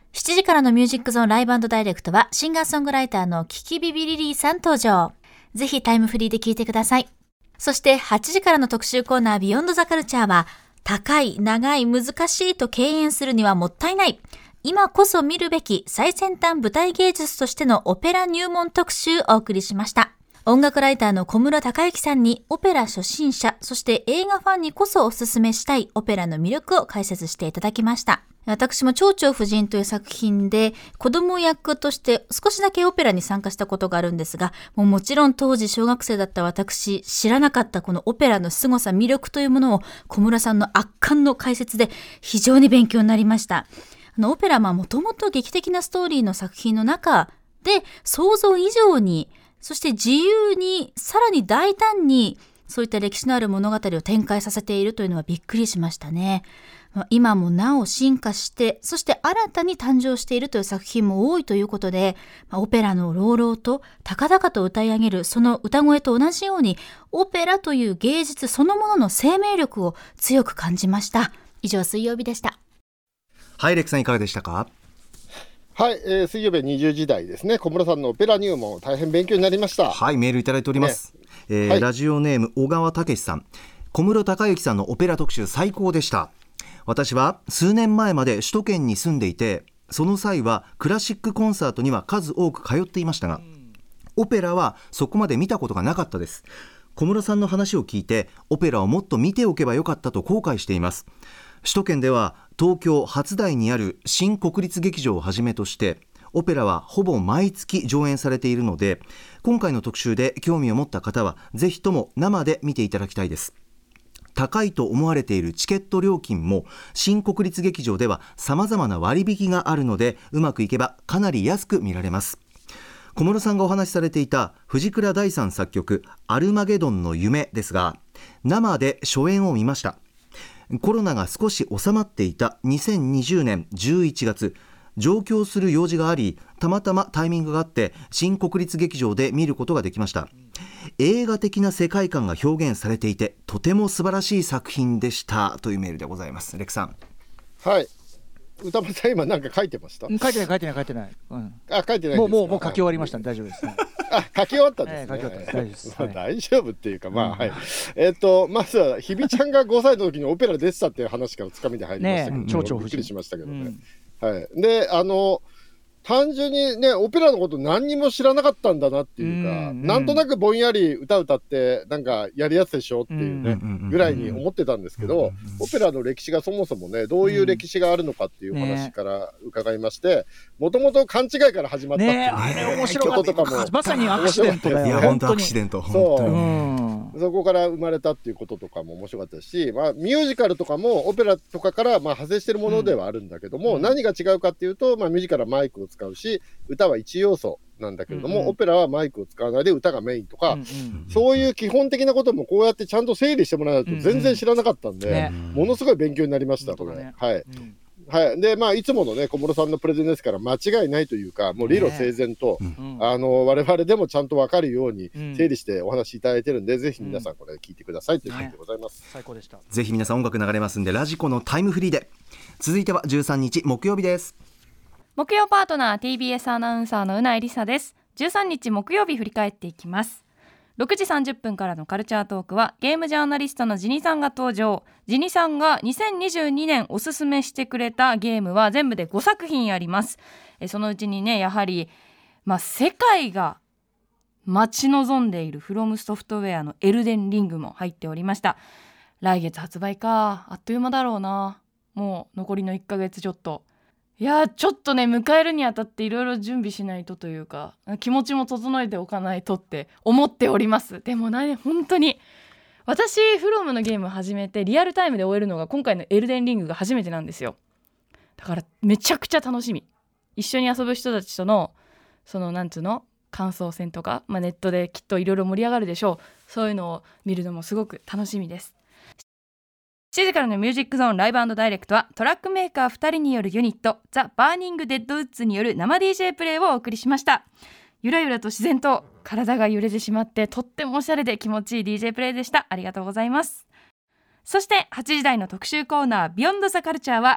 7時からのミュージックゾーンライブ&ダイレクトはシンガーソングライターのキキビビリリーさん登場。ぜひタイムフリーで聴いてください。そして8時からの特集コーナービヨンドザカルチャーは、高い、長い、難しいと敬遠するにはもったいない。今こそ見るべき最先端舞台芸術としてのオペラ入門特集をお送りしました。音楽ライターの小室孝之さんにオペラ初心者、そして映画ファンにこそおすすめしたいオペラの魅力を解説していただきました。私も蝶々夫人という作品で子供役として少しだけオペラに参加したことがあるんですが、もちろん当時小学生だった私、知らなかったこのオペラの凄さ、魅力というものを小室さんの圧巻の解説で非常に勉強になりました。オペラはもともと劇的なストーリーの作品の中で想像以上に、そして自由に、さらに大胆にそういった歴史のある物語を展開させているというのはびっくりしましたね。今もなお進化して、そして新たに誕生しているという作品も多いということで、オペラの朗々と高々と歌い上げるその歌声と同じように、オペラという芸術そのものの生命力を強く感じました。以上、水曜日でした。 はい、レクさんいかがでしたか？ はい、水曜日20時台ですね。小室さんのオペラ入門大変勉強になりました。 はい、メールいただいております、はい、ラジオネーム小川武さん。小室孝之さんのオペラ特集最高でした。私は数年前まで首都圏に住んでいて、その際はクラシックコンサートには数多く通っていましたが、オペラはそこまで見たことがなかったです。小室さんの話を聞いて、オペラをもっと見ておけばよかったと後悔しています。首都圏では東京初台にある新国立劇場をはじめとしてオペラはほぼ毎月上演されているので、今回の特集で興味を持った方はぜひとも生で見ていただきたいです。高いと思われているチケット料金も新国立劇場では様々な割引があるので、うまくいけばかなり安く見られます。小室さんがお話しされていた藤倉大さん作曲アルマゲドンの夢ですが、生で初演を見ました。コロナが少し収まっていた2020年11月、上京する用事があり、たまたまタイミングがあって新国立劇場で見ることができました。映画的な世界観が表現されていて、とても素晴らしい作品でしたというメールでございます。レクさん。 はい、歌丸さん今何か書いてました？ 書いてない、うん、書いてない、 書いてないですか？ もう書き終わりましたね。大丈夫です、ね、 書き終わったんですね。 書き終わった、大丈夫です、はい、 大丈夫っていうか、まあ、はい。まずは日比ちゃんが5歳の時にオペラ出てたっていう話からつかみで入りましたけど、 蝶々 びっくりしましたけどね、はい。で、単純にね、オペラのこと何にも知らなかったんだなっていうか、なんとなくぼんやり歌ってなんかやるやつでしょっていうね、ぐらいに思ってたんですけど、オペラの歴史がそもそもね、どういう歴史があるのかっていう話から伺いまして、もともと勘違いから始まったっていう、 あれ面白かった。まさにアクシデントだよ。 いや本当アクシデント。 そこから生まれたっていうこととかも面白かったし、まあ、ミュージカルとかもオペラとかからまあ派生してるものではあるんだけども、何が違うかっていうと、まあ、ミュージカルはマイクを使うし、歌は一要素なんだけれども、オペラはマイクを使わないで歌がメインとか、そういう基本的なこともこうやってちゃんと整理してもらうと全然知らなかったんで、ものすごい勉強になりました、これ。はい。はい。で、まあ、いつものね、小室さんのプレゼンですから間違いないというか、もう理路整然と、我々でもちゃんと分かるように整理してお話しいただいてるんで、ぜひ皆さんこれ聞いてくださいという感じでございます。 最高でした。 ぜひ皆さん音楽流れますんで、ラジコのタイムフリーで。続いては13日木曜日です。 木曜パートナー TBS アナウンサーのうないりさです。13日木曜日振り返っていきます。6時30分からのカルチャートークはゲームジャーナリストのジニさんが登場。ジニさんが2022年おすすめしてくれたゲームは全部で5作品あります。そのうちにね、やはり、世界が待ち望んでいるフロムソフトウェアのエルデンリングも入っておりました。来月発売か、あっという間だろうな。もう残りの1ヶ月ちょっと。いやちょっとね、迎えるにあたっていろいろ準備しないとというか、気持ちも整えておかないとって思っております。でもね、本当に私フロムのゲームを始めてリアルタイムで終えるのが今回のエルデンリングが初めてなんですよ。だからめちゃくちゃ楽しみ。一緒に遊ぶ人たちとのそのなんつうの感想戦とか、ネットできっといろいろ盛り上がるでしょう。そういうのを見るのもすごく楽しみです。7時からのミュージックゾーンライブ&ダイレクトはトラックメーカー2人によるユニットザ・バーニング・デッドウッズによる生 DJ プレイをお送りしました。ゆらゆらと自然と体が揺れてしまってとってもおしゃれで気持ちいい DJ プレイでした。ありがとうございます。そして8時台の特集コーナービヨンドザカルチャーは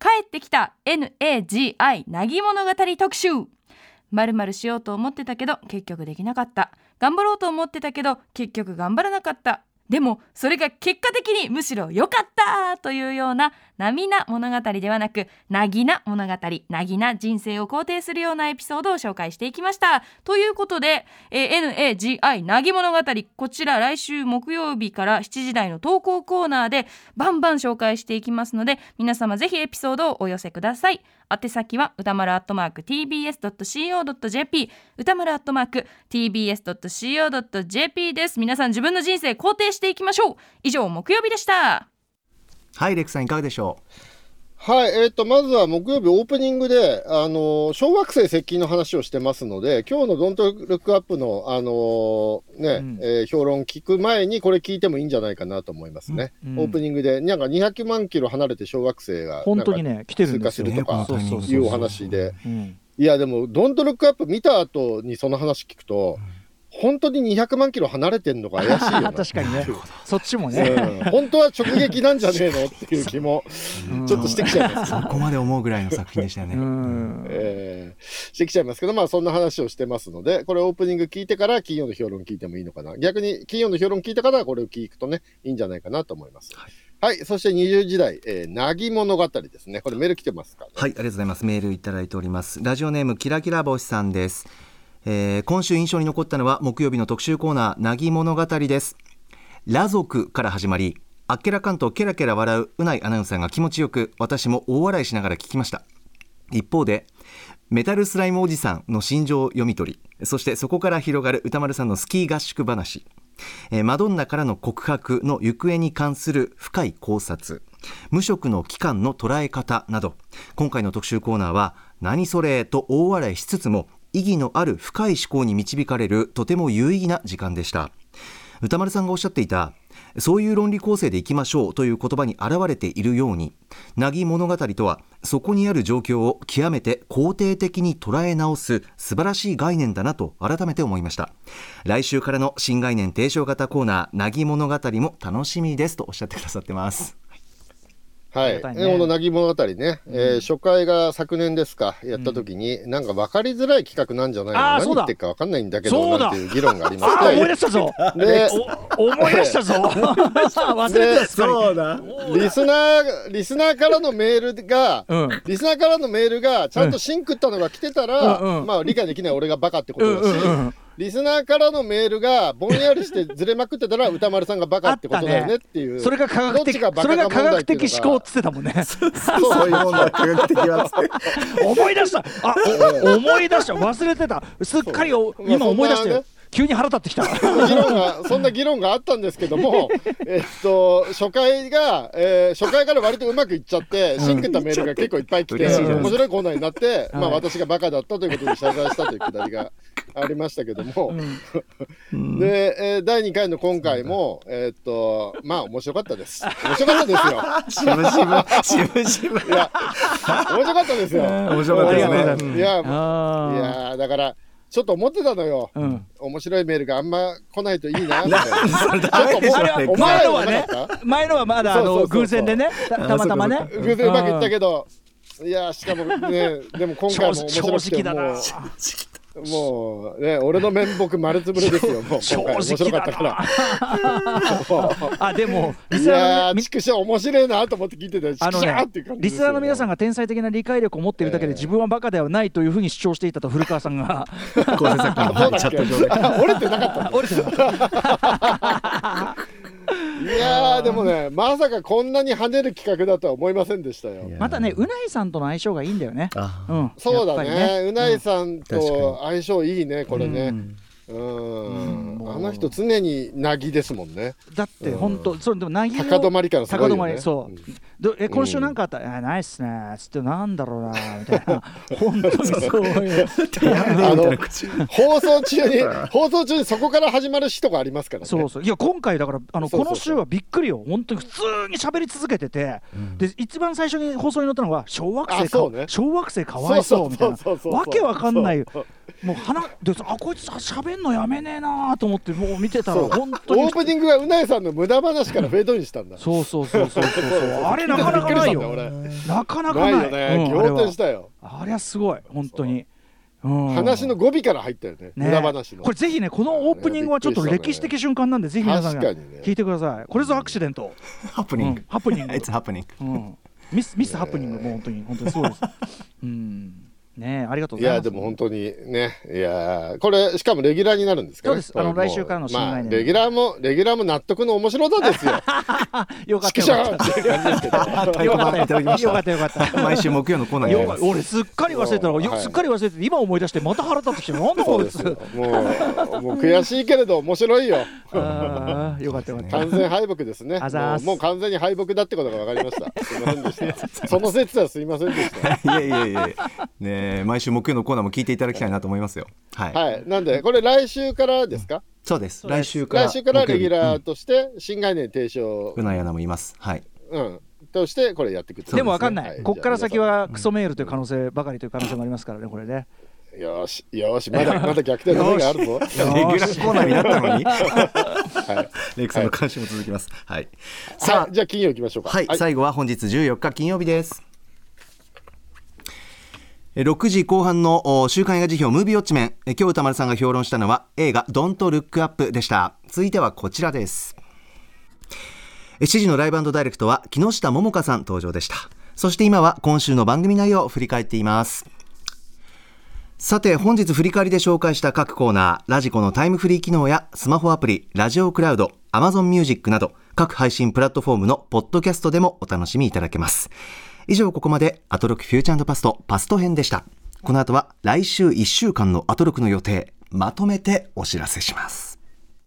帰ってきた NAGI なぎ物語特集。〇〇しようと思ってたけど結局できなかった。頑張ろうと思ってたけど結局頑張らなかった。でもそれが結果的にむしろ良かったというような並な物語ではなく、なぎな物語、なぎな人生を肯定するようなエピソードを紹介していきました。ということで、NAGI なぎ物語、こちら来週木曜日から7時台の投稿コーナーでバンバン紹介していきますので、皆様ぜひエピソードをお寄せください。宛先は歌丸@tbs.co.jp、 歌丸@tbs.co.jp です。皆さん自分の人生肯定していきましょう。以上、木曜日でした。 はい、レクさんいかがでしょう。 はい、まずは木曜日オープニングで、小惑星接近の話をしてますので、今日のドントルックアップの、評論聞く前にこれ聞いてもいいんじゃないかなと思いますね。オープニングでなんか200万キロ離れて小惑星が本当にね来てるんですよ通過するとかいうお話で、いやでもドントルックアップ見た後にその話聞くと、本当に200万キロ離れてんのが怪しいよな確かにねそっちもね、 本当は直撃なんじゃねえのっていう気もちょっとしてきちゃいます、 そこまで思うぐらいの作品でしたよね。 してきちゃいますけど、まあそんな話をしてますので、これオープニング聞いてから金曜の評論聞いてもいいのかな。逆に金曜の評論聞いた方はこれを聞くとねいいんじゃないかなと思います。はい、そして20時代、なぎ物語ですね。これメール来てますか、ね、 はい、ありがとうございます。メールいただいております。ラジオネームキラキラ星さんです。今週印象に残ったのは木曜日の特集コーナーなぎ物語です。裸族から始まり、あっけらかんとケラケラ笑ううないアナウンサーが気持ちよく、私も大笑いしながら聞きました。一方でメタルスライムおじさんの心情読み取り、そしてそこから広がる歌丸さんのスキー合宿話、マドンナからの告白の行方に関する深い考察、無職の期間の捉え方など、今回の特集コーナーは何それと大笑いしつつも意義のある深い思考に導かれるとても有意義な時間でした。歌丸さんがおっしゃっていたそういう論理構成でいきましょうという言葉に表れているように、なぎ物語とはそこにある状況を極めて肯定的に捉え直す素晴らしい概念だなと改めて思いました。来週からの新概念提唱型コーナーなぎ物語も楽しみですとおっしゃってくださってます。 はい、このなぎ物語ね、初回が昨年ですかやった時に、なんか分かりづらい企画なんじゃないの、何言ってるか分かんないんだけどなんていう議論がありまして思い出したぞで思い出したぞ忘れてた。 そうだ、リスナーからのメールが、リスナーからのメールがちゃんとシンクったのが来てたら、まあ理解できない俺がバカってことだし、リスナーからのメールがぼんやりしてずれまくってたら歌丸さんがバカってことだよねっていう、 それが科学的思考っつってたもんねそういうもんだ科学的は思い出した思い出した忘れてたすっかり今思い出してよ、急に腹立ってきたそんな議論があったんですけども初回から割とうまくいっちゃって、シンクったメールが結構いっぱい来て、面白いコーナーになって、まあ私がバカだったということで謝罪したというくだりがありましたけどもで、第2回の今回もまあ面白かったです。面白かったですよ。 しぶいや面白かったですよ。 面白かったですね。 いやだからちょっと思ってたのよ、面白いメールがあんま来ないといいなみたいな。 前のはまだ偶然でね、たまたまね偶然うまくいったけど、いやしかもねでも今回も面白くてもうね、俺の面目丸つぶれですよ。もう今回面白かったからあでもいやー畜生面白いなと思って聞いてて、リスナーの皆さんが天才的な理解力を持っているだけで自分はバカではないというふうに主張していたと古川さんが構成作家のチャット上で折れてなかった折れてなかったいやーでもね、まさかこんなに跳ねる企画だとは思いませんでしたよ。 またね、うないさんとの相性がいいんだよね。 そうだね、うないさんと相性いいねこれね。あの人常になぎですもんね。 だって本当それでもなぎ高止まりからすごいよね。 そう今週なんかあったらないっすねつってなんだろうなみたいな本当にそういう放送中にそこから始まる日とかありますからね。 そういや今回だからこの週はびっくりよ。本当に普通に喋り続けてて、で一番最初に放送に載ったのは小惑星かわいそうみたいなわけわかんない。もう鼻でこいつ喋んのやめねえなと思っってもう見てたら本当にオープニングがうないさんの無駄話からフェードにしたんだ。 そうあれなかなかないよ。なかなかないよね。仰天したよ。 あれはすごい本当に。 話の語尾から入ったよね。無駄話の。 これぜひね、このオープニングはちょっと歴史的瞬間なんで、ぜひ皆さん聞いてください。これぞアクシデント。 ハプニング。 ハプニング。 It's happening。 ミスハプニングも本当にすごいです。ね、ありがとうございます。 いやでも本当にね、いやこれしかもレギュラーになるんですかね。 そうです。来週からの新概念。 レギュラーも納得の面白さですよ。 よかった。 毎週木曜のコーナーにやります。 俺すっかり忘れたら、すっかり忘れて今思い出してまた腹立ってきて、なんだこいつ。 もう悔しいけれど面白いよ。 よかった完全敗北ですね。もう完全に敗北だってことが分かりました。すいませんでした。その説はすいませんでした。 いやね。毎週木曜のコーナーも聞いていただきたいなと思いますよ。はい。 なんでこれ来週からですか？ そうです。来週からレギュラーとして新概念提唱。 うなやなもいます。はい。 としてこれやっていく。 でも分かんない。こっから先はクソメールという可能性ばかりという可能性もありますからね、これね。 よしまだ逆転の目があるぞ。 レギュラーコーナーになったのに。レイクさんの監視も続きます。はい。 さあじゃあ金曜行きましょうか。 はい。最後は本日14日金曜日です。6時後半の週刊映画辞表ムービーウォッチメン。今日歌丸さんが評論したのは映画ドントルックアップでした。続いてはこちらです。7時のライブ&ダイレクトは木下桃香さん登場でした。そして今は今週の番組内容を振り返っています。さて本日振り返りで紹介した各コーナー、ラジコのタイムフリー機能やスマホアプリ、ラジオクラウド、Amazon Music など各配信プラットフォームのポッドキャストでもお楽しみいただけます。以上ここまでアトロクフューチャー&パストパスト編でした。この後は来週1週間のアトロクの予定まとめてお知らせします。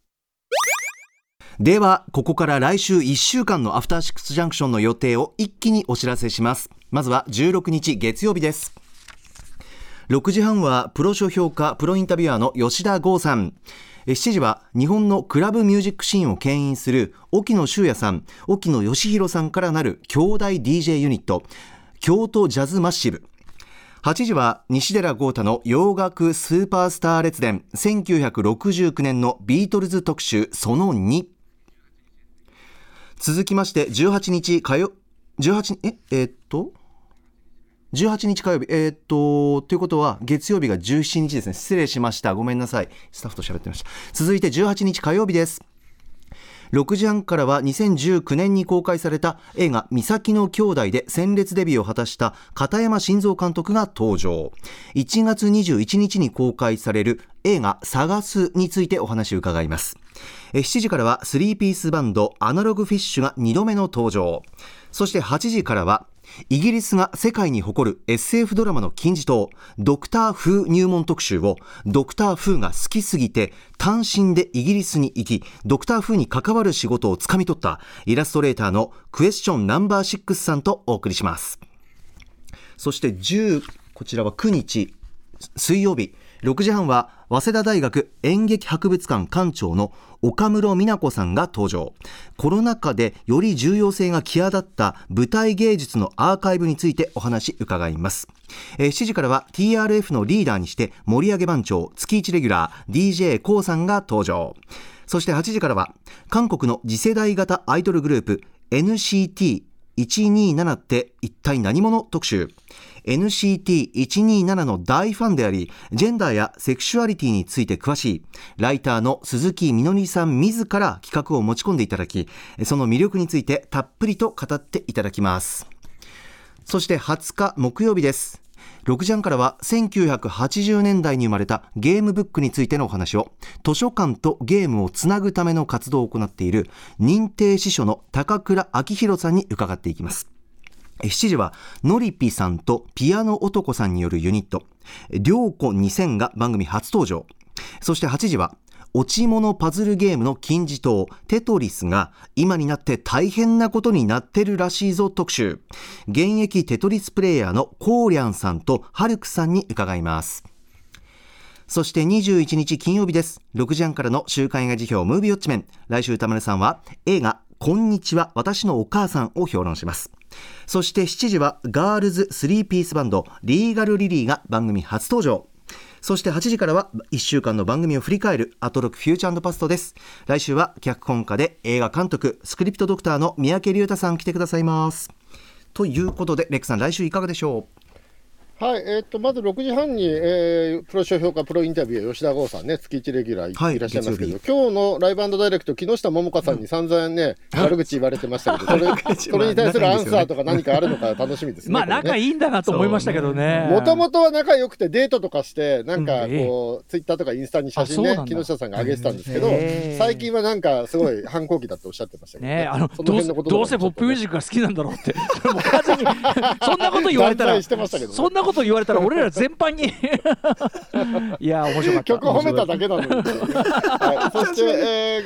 ではここから来週1週間のアフターシックスジャンクションの予定を一気にお知らせします。まずは16日月曜日です。6時半はプロ書評家プロインタビュアーの吉田剛さん。7時は日本のクラブミュージックシーンを牽引する沖野修也さん、沖野義弘さんからなる兄弟 DJ ユニット京都ジャズマッシブ。8時は西寺豪太の洋楽スーパースター列伝1969年のビートルズ特集その2。続きまして18日火曜日ということは月曜日が17日ですね。失礼しました。ごめんなさい。スタッフと喋ってました。続いて18日火曜日です。6時半からは2019年に公開された映画三崎の兄弟で鮮烈デビューを果たした片山晋三監督が登場。1月21日に公開される映画探すについてお話を伺います。7時からは3ピースバンドアナログフィッシュが2度目の登場。そして8時からはイギリスが世界に誇る SF ドラマの金字塔ドクター・フー入門特集をドクター・フーが好きすぎて単身でイギリスに行きドクター・フーに関わる仕事をつかみ取ったイラストレーターのクエスチョンナンバー6さんとお送りします。そしてこちらは9日水曜日6時半は早稲田大学演劇博物館館長の岡室美奈子さんが登場。コロナ禍でより重要性が際立った舞台芸術のアーカイブについてお話伺います。7時からは TRF のリーダーにして盛り上げ番長月1レギュラー DJ コウさんが登場。そして8時からは韓国の次世代型アイドルグループ NCT127 って一体何者特集。NCT127 の大ファンでありジェンダーやセクシュアリティについて詳しいライターの鈴木みのりさん自ら企画を持ち込んでいただきその魅力についてたっぷりと語っていただきます。そして20日木曜日です。6時半からは1980年代に生まれたゲームブックについてのお話を図書館とゲームをつなぐための活動を行っている認定司書の高倉明宏さんに伺っていきます。7時はのりぴさんとピアノ男さんによるユニットりょうこ2000が番組初登場。そして8時は落ち物パズルゲームの金字塔テトリスが今になって大変なことになってるらしいぞ特集。現役テトリスプレイヤーのコーリャンさんとハルクさんに伺います。そして21日金曜日です。6時半からの週刊映画辞表ムービーウォッチメン。来週歌丸さんは映画こんにちは私のお母さんを評論します。そして7時はガールズ3ピースバンドリーガルリリーが番組初登場。 そして8時からは1週間の番組を振り返るアトロクフューチャー&パストです。来週は脚本家で映画監督、スクリプトドクターの三宅龍太さん来てくださいます。ということでレックさん、来週いかがでしょう？ はい、まず6時半に、プロ書評価プロインタビュー吉田剛さんね、月1レギュラーいらっしゃいますけど、今日のライブ&ダイレクト木下桃香さんに散々ね、悪口言われてましたけど、それに対するアンサーとか何かあるのか楽しみですね。 まあ仲いいんだなと思いましたけどね。 もともとは仲良くてデートとかしてなんかこうツイッターとかインスタに写真ね木下さんが上げてたんですけど、最近はなんかすごい反抗期だっておっしゃってましたけどね。 どうせポップミュージックが好きなんだろうってもう完全にそんなこと言われたらそんなこと言われたら俺ら全般にいや面白かった。 曲褒めただけなのに、はい、そして、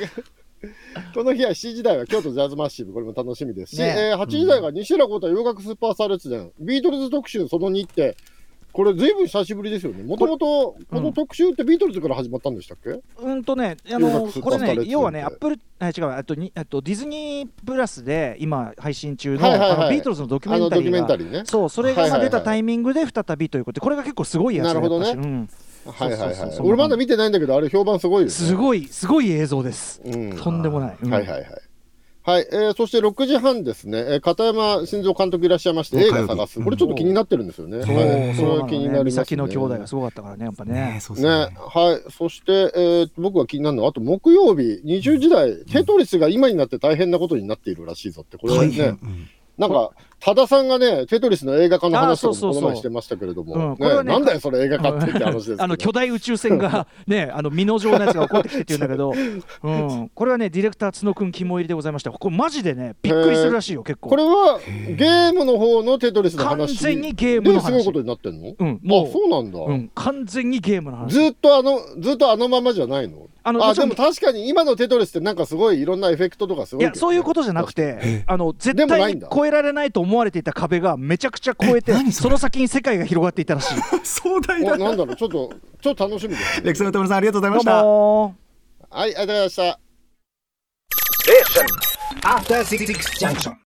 この日は7時台は京都ジャズマッシブ、これも楽しみですし、8時台が西浦浩太洋楽スーパースター列伝ビートルズ特集その2って、これずいぶん久しぶりですよね。もともとこの特集ってビートルズから始まったんでしたっけ？ これね、要はね、ディズニープラスで今配信中のビートルズのドキュメンタリーが、そう、それが出たタイミングで再びということで、これが結構すごいやつだったし。なるほどね。 はいはいはい。俺まだ見てないんだけど、あれ評判すごいですね。 すごい映像です。とんでもない。 はいはいはい。はい、そして6時半ですね、片山晋三監督いらっしゃいまして、映画探す、これちょっと気になってるんですよね。 そう気になりますね。三崎の兄弟がすごかったからね、やっぱね。 はい、そして、僕が気になるのは、あと木曜日20時台、テトリスが今になって大変なことになっているらしいぞって、これはね、なんか多田さんがねテトリスの映画化の話をこの前してましたけれども、なんだよそれ映画化ってって話ですけど、 巨大宇宙船がね身の上のやつが起こってきてっていうんだけど、これはねディレクター角くん肝入りでございました。これマジでねびっくりするらしいよ。結構これはゲームの方のテトリスの話、 完全にゲームの話ですごいことになってんの？もうそうなんだ。 完全にゲームの話。 ずっとあのままじゃないの？でも確かに今のテトリスってなんかすごいいろんなエフェクトとかすごい、 いやそういうことじゃなくて、絶対に超えられないと思われていた壁がめちゃくちゃ超えて、その先に世界が広がっていたらしい。 壮大だ。 なんだろう、ちょっと楽しみです。 レクサの田村さんありがとうございました。 はい、ありがとうございました。